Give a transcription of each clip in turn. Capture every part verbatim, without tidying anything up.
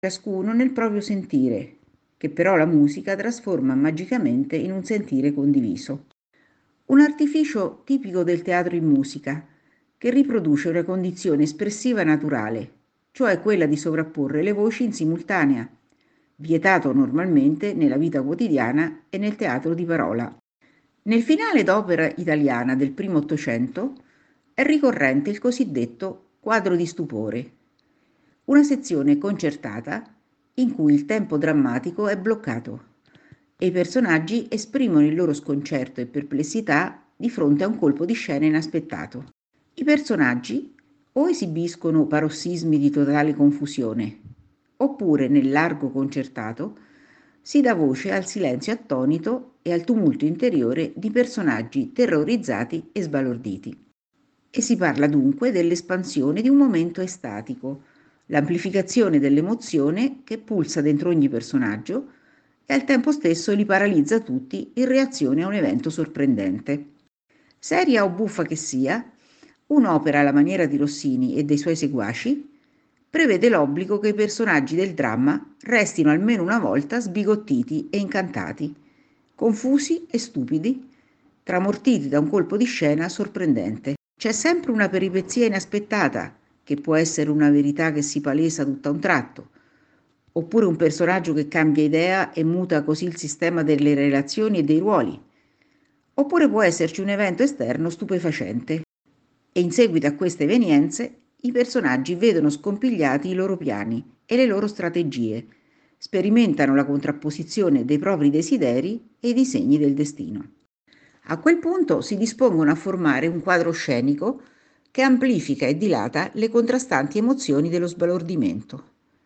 ciascuno nel proprio sentire, che però la musica trasforma magicamente in un sentire condiviso. Un artificio tipico del teatro in musica, che riproduce una condizione espressiva naturale, cioè quella di sovrapporre le voci in simultanea, vietato normalmente nella vita quotidiana e nel teatro di parola. Nel finale d'opera italiana del primo Ottocento è ricorrente il cosiddetto quadro di stupore, una sezione concertata in cui il tempo drammatico è bloccato e i personaggi esprimono il loro sconcerto e perplessità di fronte a un colpo di scena inaspettato. I personaggi o esibiscono parossismi di totale confusione, oppure nel largo concertato si dà voce al silenzio attonito e al tumulto interiore di personaggi terrorizzati e sbalorditi. E si parla dunque dell'espansione di un momento estatico, l'amplificazione dell'emozione che pulsa dentro ogni personaggio e al tempo stesso li paralizza tutti in reazione a un evento sorprendente. Seria o buffa che sia, un'opera alla maniera di Rossini e dei suoi seguaci prevede l'obbligo che i personaggi del dramma restino almeno una volta sbigottiti e incantati, confusi e stupidi, tramortiti da un colpo di scena sorprendente. C'è sempre una peripezia inaspettata, che può essere una verità che si palesa tutto a un tratto, oppure un personaggio che cambia idea e muta così il sistema delle relazioni e dei ruoli, oppure può esserci un evento esterno stupefacente. E in seguito a queste evenienze i personaggi vedono scompigliati i loro piani e le loro strategie, sperimentano la contrapposizione dei propri desideri e i disegni del destino. A quel punto si dispongono a formare un quadro scenico che amplifica e dilata le contrastanti emozioni dello sbalordimento.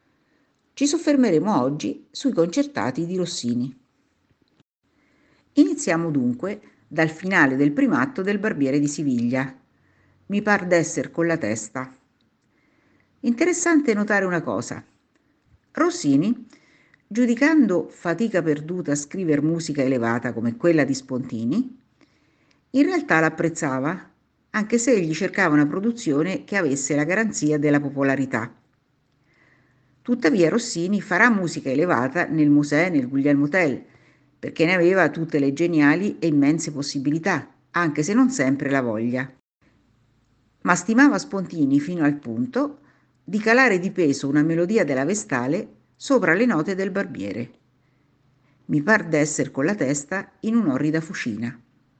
Ci soffermeremo oggi sui concertati di Rossini. Iniziamo dunque dal finale del primo atto del Barbiere di Siviglia. Mi par d'esser con la testa. Interessante notare una cosa. Rossini, giudicando fatica perduta a scrivere musica elevata come quella di Spontini, in realtà l'apprezzava, anche se egli cercava una produzione che avesse la garanzia della popolarità. Tuttavia Rossini farà musica elevata nel Musée, nel Guglielmo Tell, perché ne aveva tutte le geniali e immense possibilità, anche se non sempre la voglia. Ma stimava Spontini fino al punto di calare di peso una melodia della Vestale sopra le note del Barbiere. Mi par d'esser con la testa in un'orrida fucina.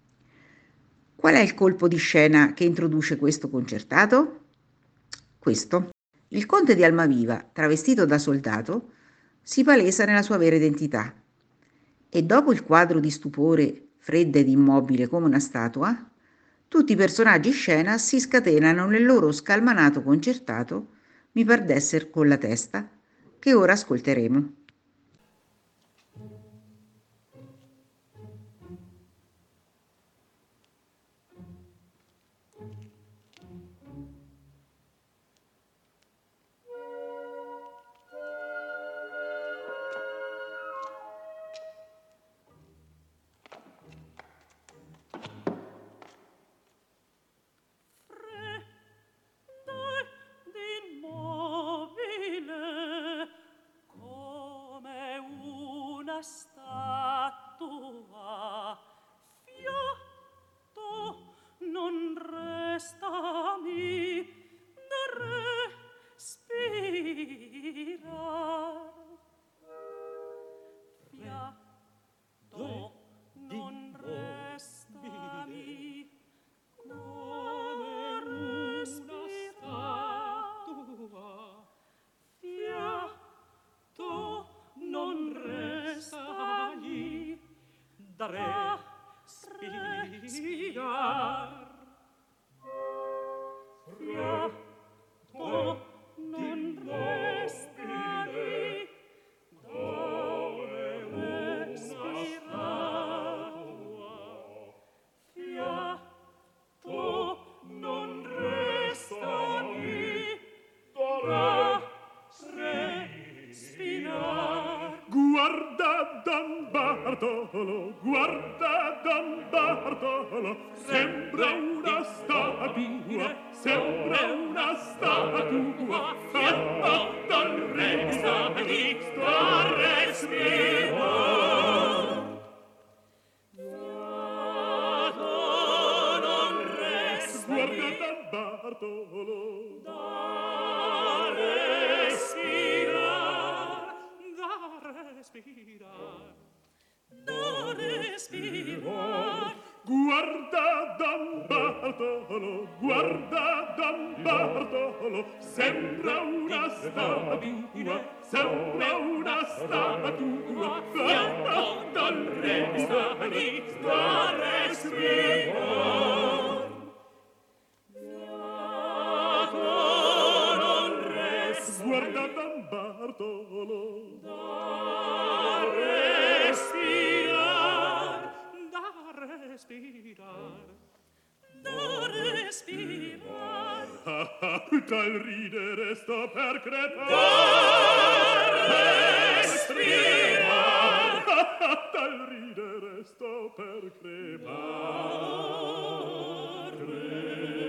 Qual è il colpo di scena che introduce questo concertato? Questo. Il conte di Almaviva, travestito da soldato, si palesa nella sua vera identità e dopo il quadro di stupore, fredda ed immobile come una statua, tutti i personaggi in scena si scatenano nel loro scalmanato concertato, mi par d'esser con la testa, che ora ascolteremo. Statua, fiatto non restami da respirar. Fiatto non restami come respirar. Fiatto non restagli da respirar. Fiatto non restagli come una statua. Fiatto non restagli da respirar. Guarda Don Bartolo, guarda Don Bartolo, sembra una statua, sembra una statua, fatta dal re di respirar. Guarda Don Bartolo, guarda Don Bartolo, sembra una statua, sembra una statua, fianco dal re mi sta lì, sta a respirar. Fiato non respira, guarda Don Bartolo, da respirar, da respirar, da respirar. Ah, ah, dal ridere sto per crepare. Da respirar. Ah, ah, dal ridere sto per crepare.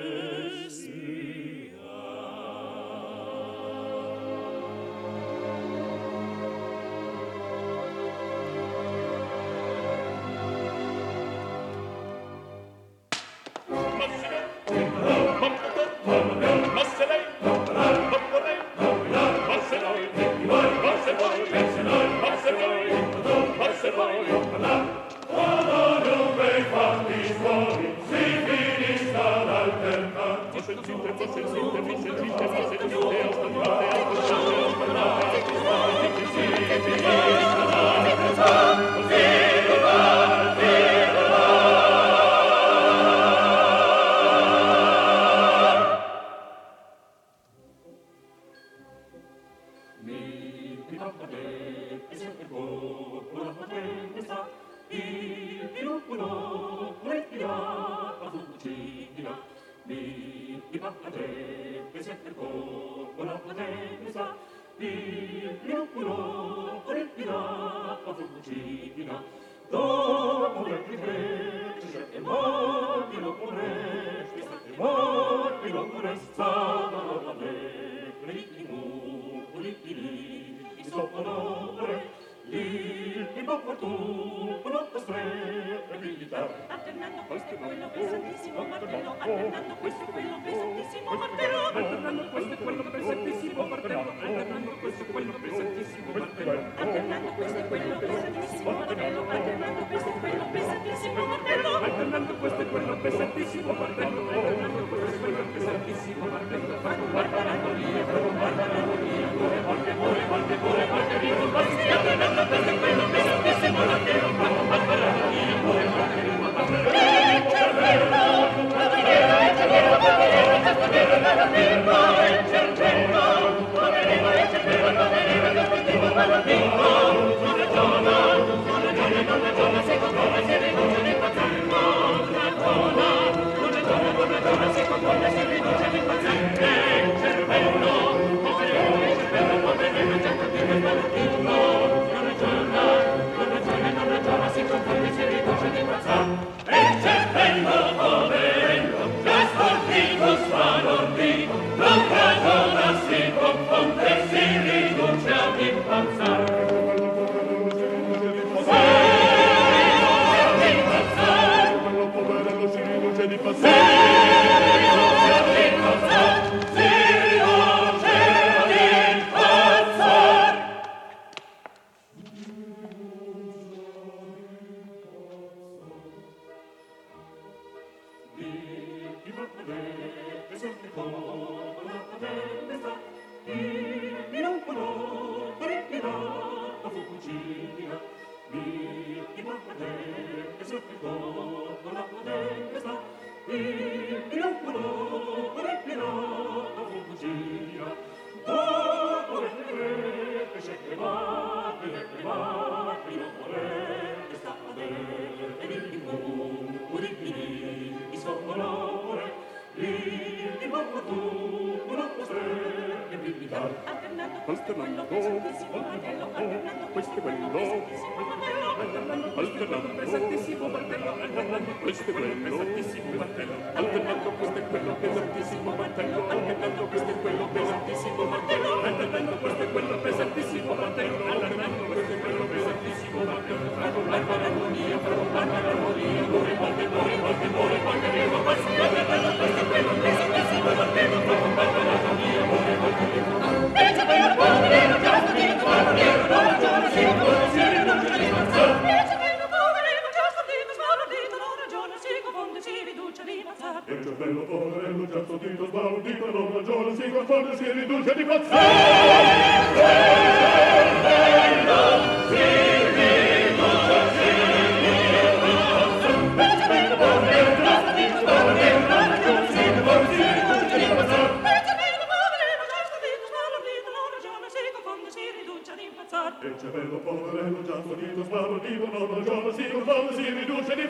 Just riduce di pazzare. E c'è bello poverello già sonito sbalordito, non ragiona, si confonde, si riduce di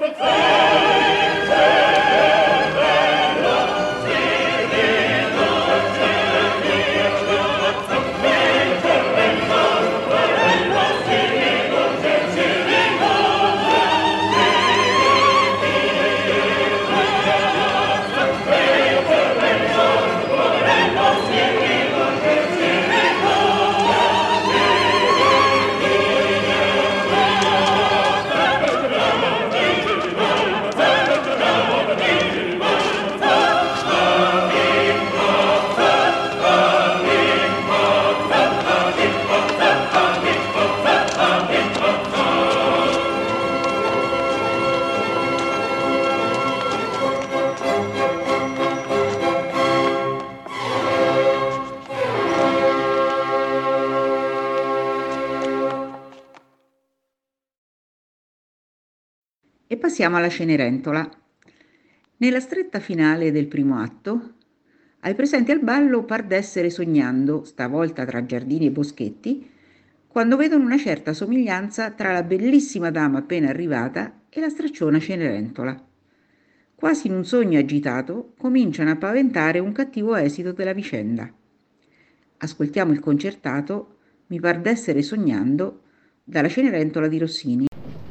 E passiamo alla Cenerentola. Nella stretta finale del primo atto, ai presenti al ballo par d'essere sognando, stavolta tra giardini e boschetti, quando vedono una certa somiglianza tra la bellissima dama appena arrivata e la stracciona Cenerentola. Quasi in un sogno agitato, cominciano a paventare un cattivo esito della vicenda. Ascoltiamo il concertato Mi par d'essere sognando dalla Cenerentola di Rossini.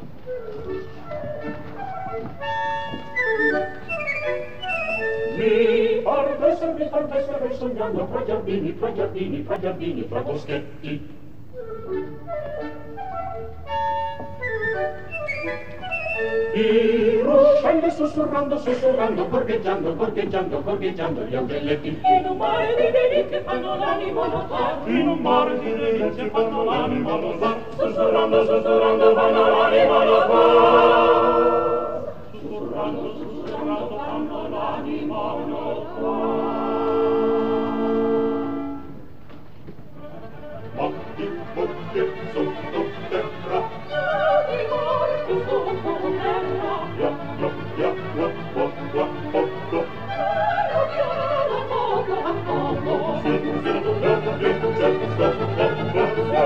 Mi par d'essere, mi par d'essere sognando fra giardini, fra giardini, fra giardini, fra boschetti. I ruscelli sussurrando, sussurrando, gorgheggiando, gorgheggiando, gorgheggiando gli uccelletti. In un mare di neri che fanno l'animo notare. In un mare di neri che fanno l'animo notare. Sussurrando, sussurrando, fanno l'animo notare. Sussurrando, sussurrando, fanno l'animo notare. Occhi, occhi, sotto terra. Di corpo sotto terra. Ya, ya, ya, ya, ya, ya, poco. Piano piano, poco a poco. Sì, sì, certo, certo, certo, certo, certo.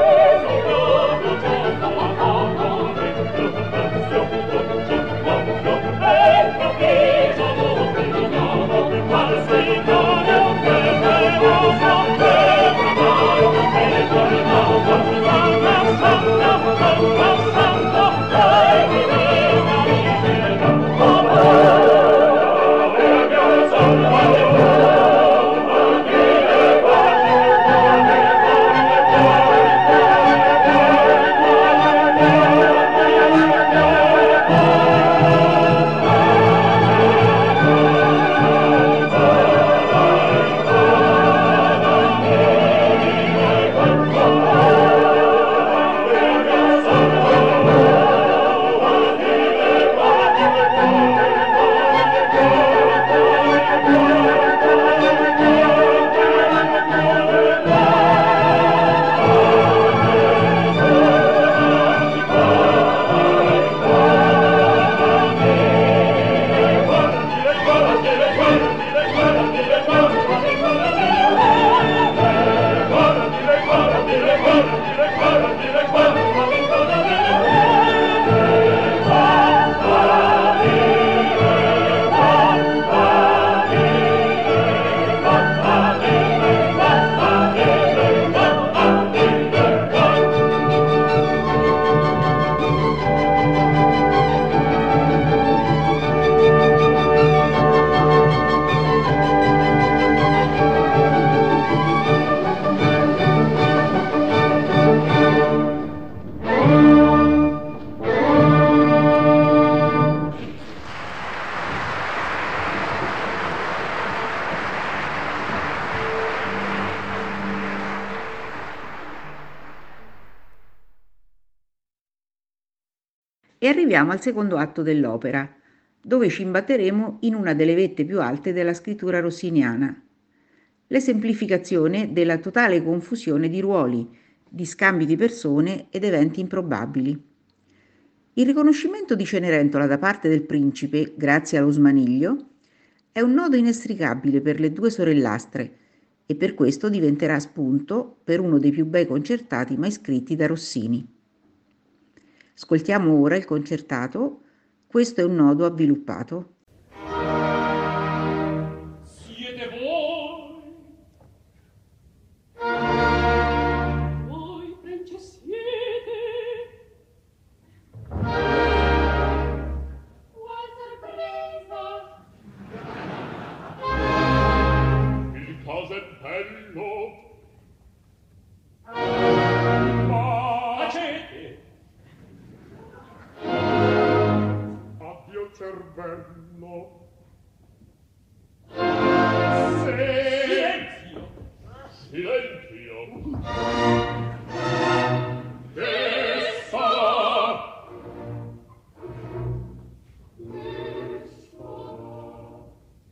E arriviamo al secondo atto dell'opera, dove ci imbatteremo in una delle vette più alte della scrittura rossiniana. l'esemplificazione della totale confusione di ruoli, di scambi di persone ed eventi improbabili. Il riconoscimento di Cenerentola da parte del principe, grazie allo smaniglio, è un nodo inestricabile per le due sorellastre e per questo diventerà spunto per uno dei più bei concertati mai scritti da Rossini. Ascoltiamo ora il concertato Questo è un nodo avviluppato. Siete voi? Voi principessiete. Qual sorpresa! Il caso è bello. Tacete! Abbia il cervello. Silenzio! Silenzio! Che sarà? Che sarà?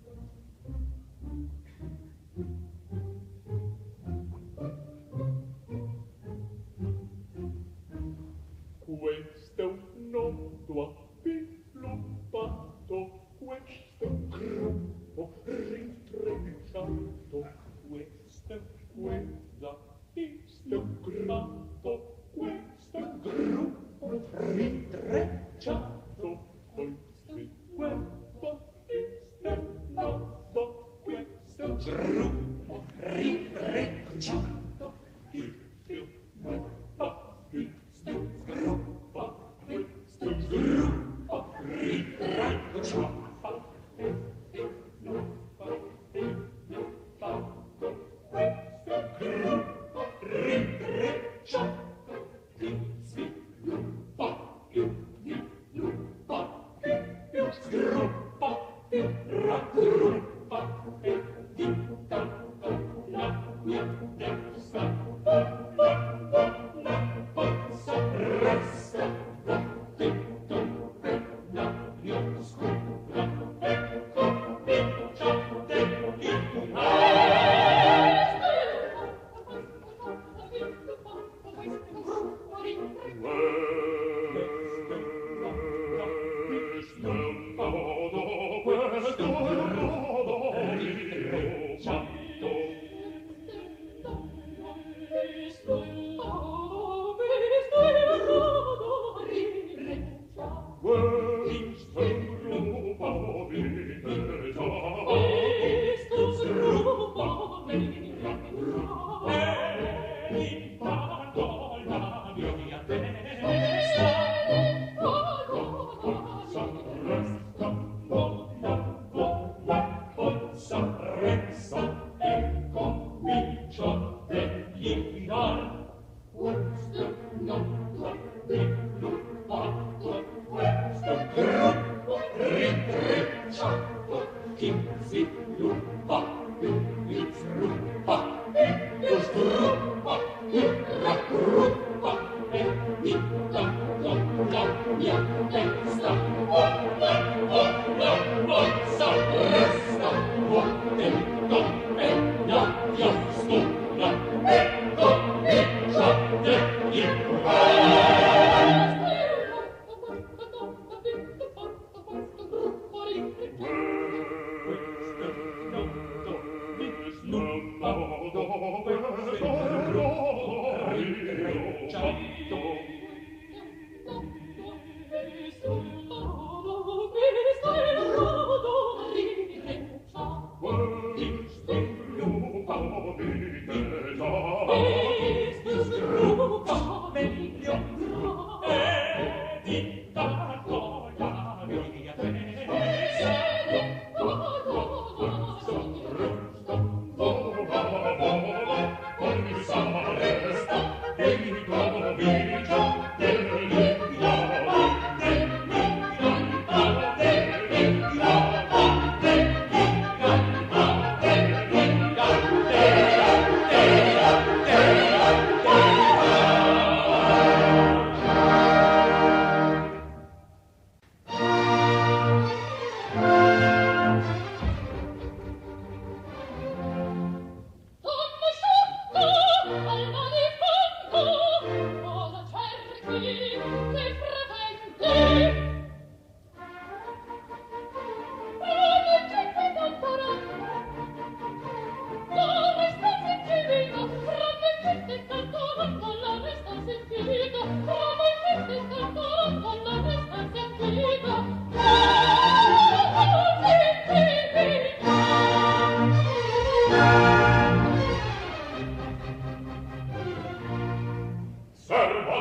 Questo è un nodo avviluppato, questo è un gruppo rintrecciato, questo è quella istocrato, questo è un gruppo rintrecciato, questo è quello istellato, questo è un gruppo rintrecciato, questo è quello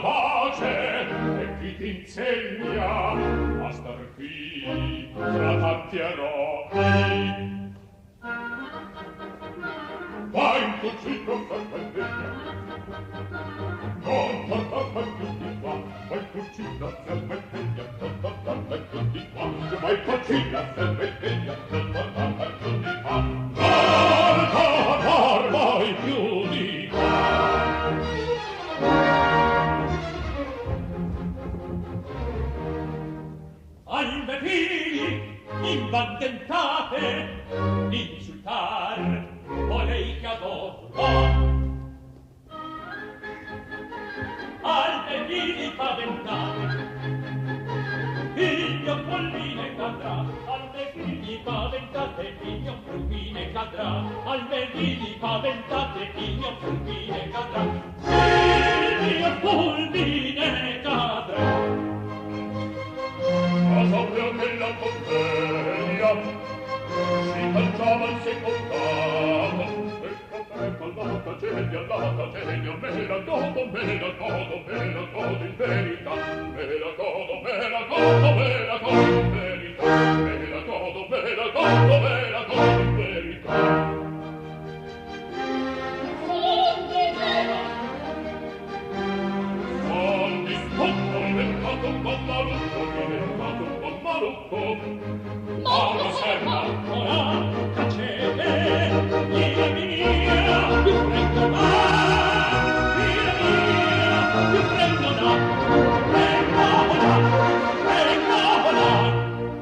pace e chi ti insegna a star qui fra tanti eroi. Vai in cucito per vendetta, non portarmi più di qua, vai in cucito per vendetta, non portarmi più di qua, vai in cucito per vendetta, non portarmi più di qua, non portarmi più di qua. Alle figli invantentate d'insultar volei che adoro. Alle figli paventate il mio polline cadrà, alle figli paventate il mio fulmine cadrà, alle figli paventate il mio fulmine cadrà, il mio fulmine cadrà. Ma proprio che la commedia si calciava il secondato, ecco per la tragedia, la tragedia, me la godo, me la godo, me la godo in verità, me la godo, me la godo, me la godo in verità, me la godo, me la godo, me la godo in verità. Fondi, tutto diventato un po' malucco, diventato un po' malucco, ma la serva ora tacete, via mia, più freddo va, via mia, più freddo va, freddo va, freddo va.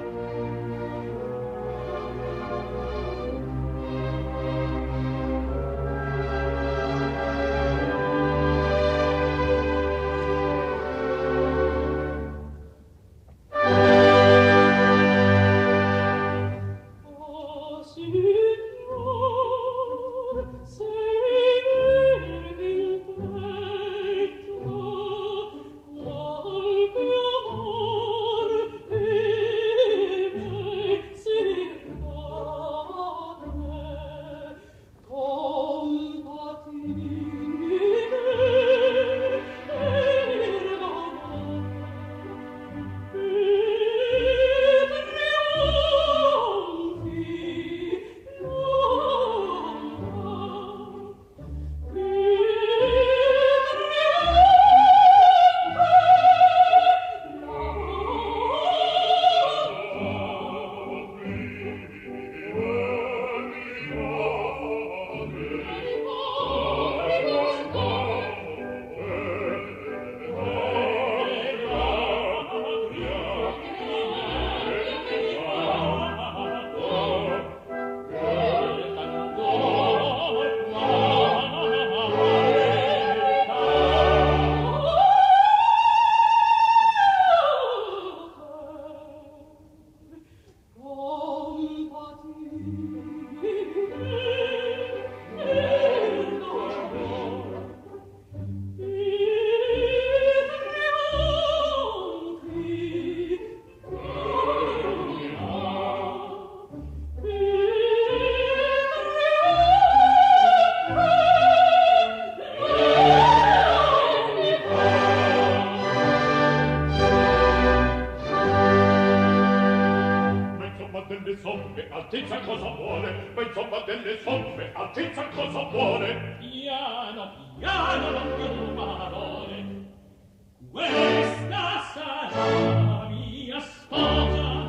Altezza cosa vuole? Ma insomma delle somme, altezza cosa vuole? Piano, piano, non più parole. Questa sarà la mia sposa.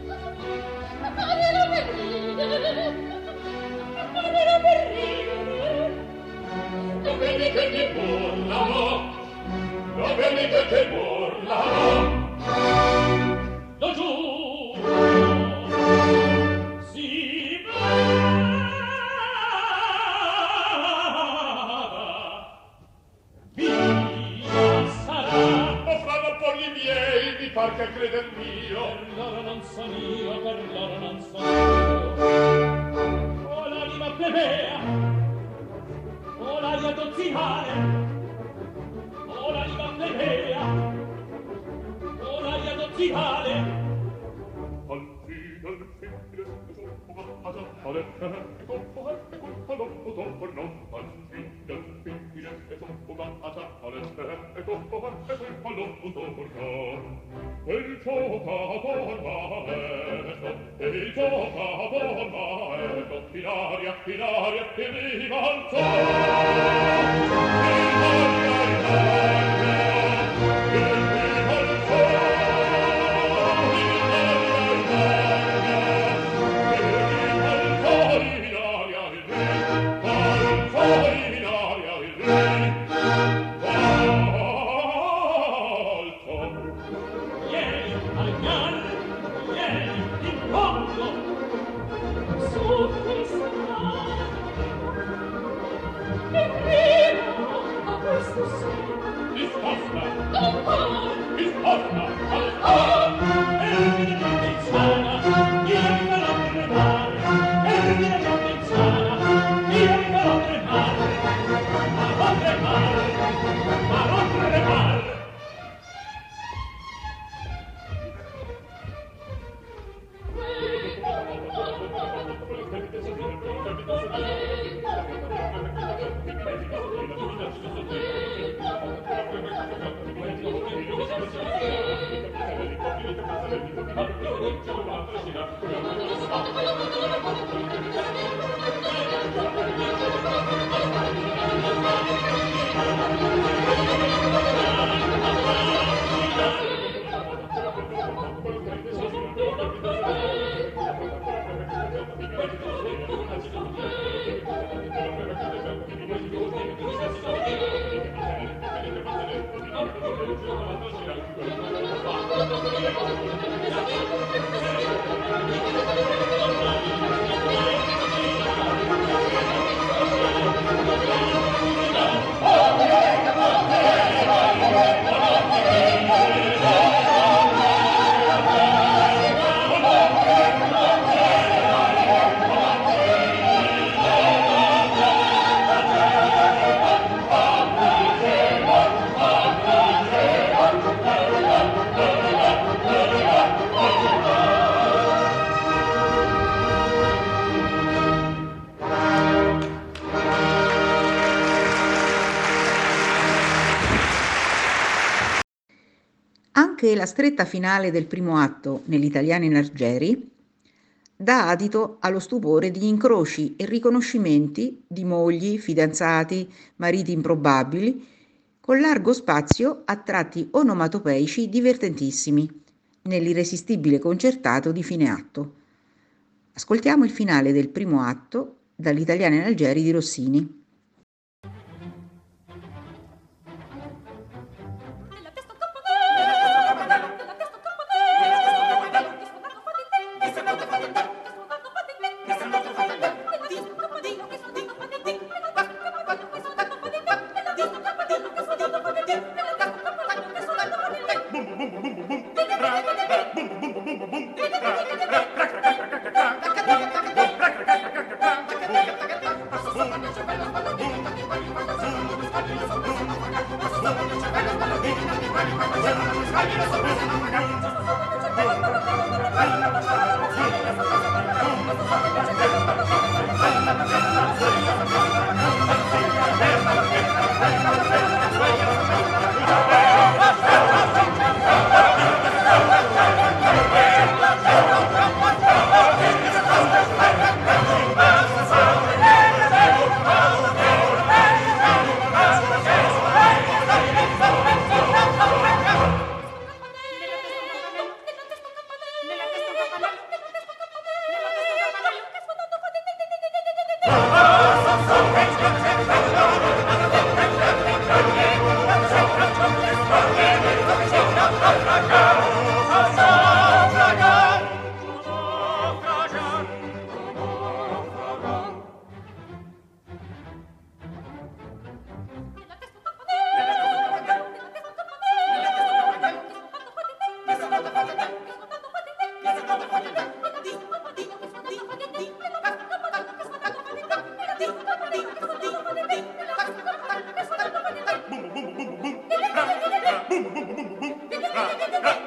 Fammela per ridere, fammela per ridere. Lo vedi che ti burlano? Lo vedi che ti burlano? Lo giuro! Par che crede il mio, per loro non son io, per loro non son io. O l'anima plebea, o l'aria dozzimale, o l'anima plebea, o l'aria dozzimale. Al fine, al fine, ad affare, ecco, ecco, ad affare, non, al fine, al fine, fuga attacca le tre e tocco parte quel pallon punto portar e il giocatore maestro e il giocatore maestro in aria in aria e ribalza in aria in aria e ribalza in aria in aria e ribalza in aria il re balza in aria il re Anche la stretta finale del primo atto, nell'Italiano in Argeri, dà adito allo stupore di incroci e riconoscimenti di mogli, fidanzati, mariti improbabili, con largo spazio a tratti onomatopeici divertentissimi, nell'irresistibile concertato di fine atto. Ascoltiamo il finale del primo atto dall'Italiano in Algeri di Rossini. Boom, boom, boom, boom, boom.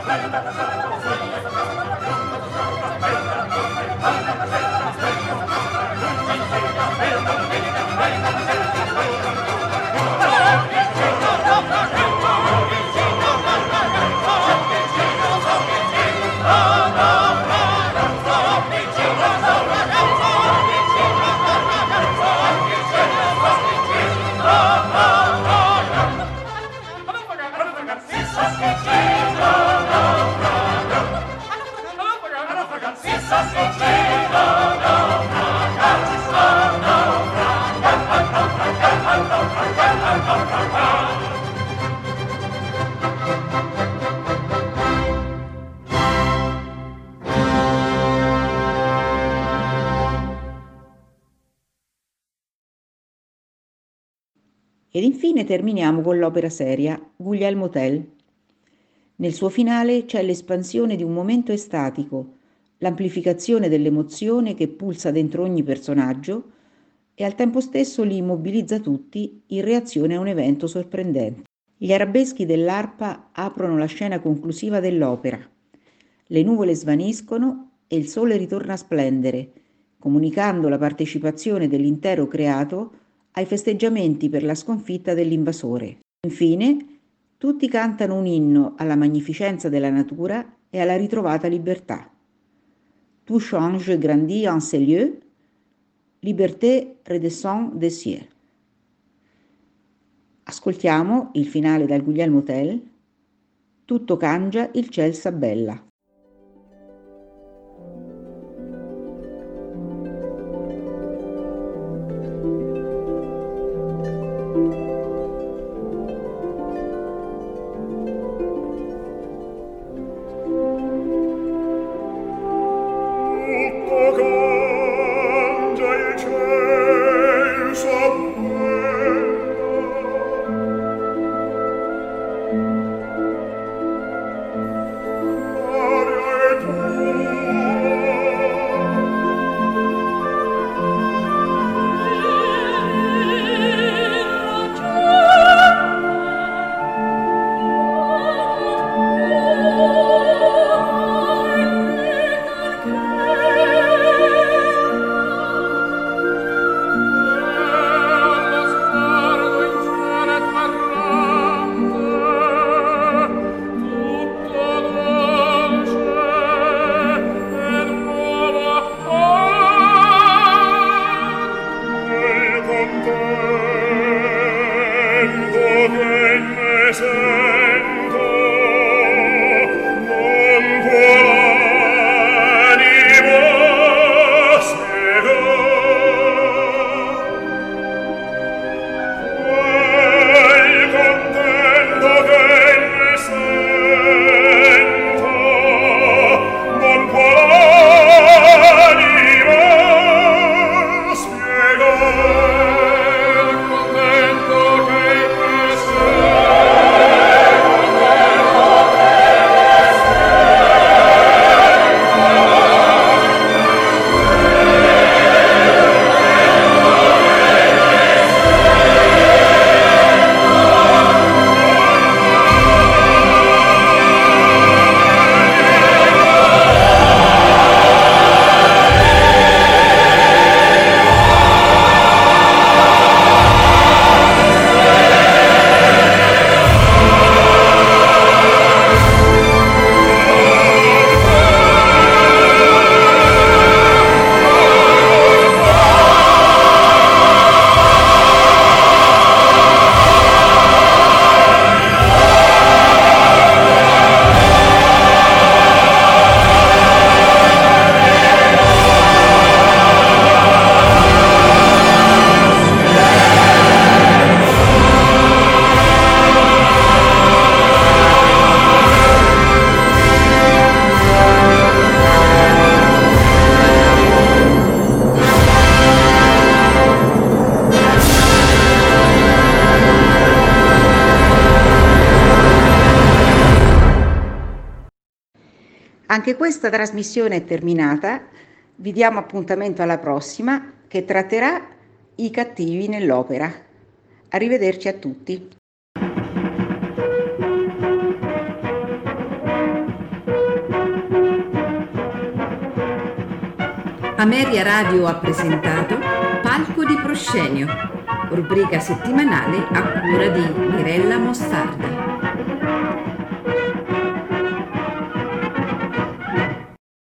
Ed infine terminiamo con l'opera seria Guglielmo Tell. Nel suo finale c'è l'espansione di un momento estatico, l'amplificazione dell'emozione che pulsa dentro ogni personaggio e al tempo stesso li immobilizza tutti in reazione a un evento sorprendente. Gli arabeschi dell'arpa aprono la scena conclusiva dell'opera. Le nuvole svaniscono e il sole ritorna a splendere, comunicando la partecipazione dell'intero creato ai festeggiamenti per la sconfitta dell'invasore. Infine, tutti cantano un inno alla magnificenza della natura e alla ritrovata libertà. Tout change grandit en ces lieux, liberté redescend des cieux. Ascoltiamo il finale dal Guglielmo Tell, Tutto cangia, il ciel s'abbella. Anche questa trasmissione è terminata, vi diamo appuntamento alla prossima che tratterà i cattivi nell'opera. Arrivederci a tutti. Ameria Radio ha presentato Palco di Proscenio, rubrica settimanale a cura di Mirella Mostarda.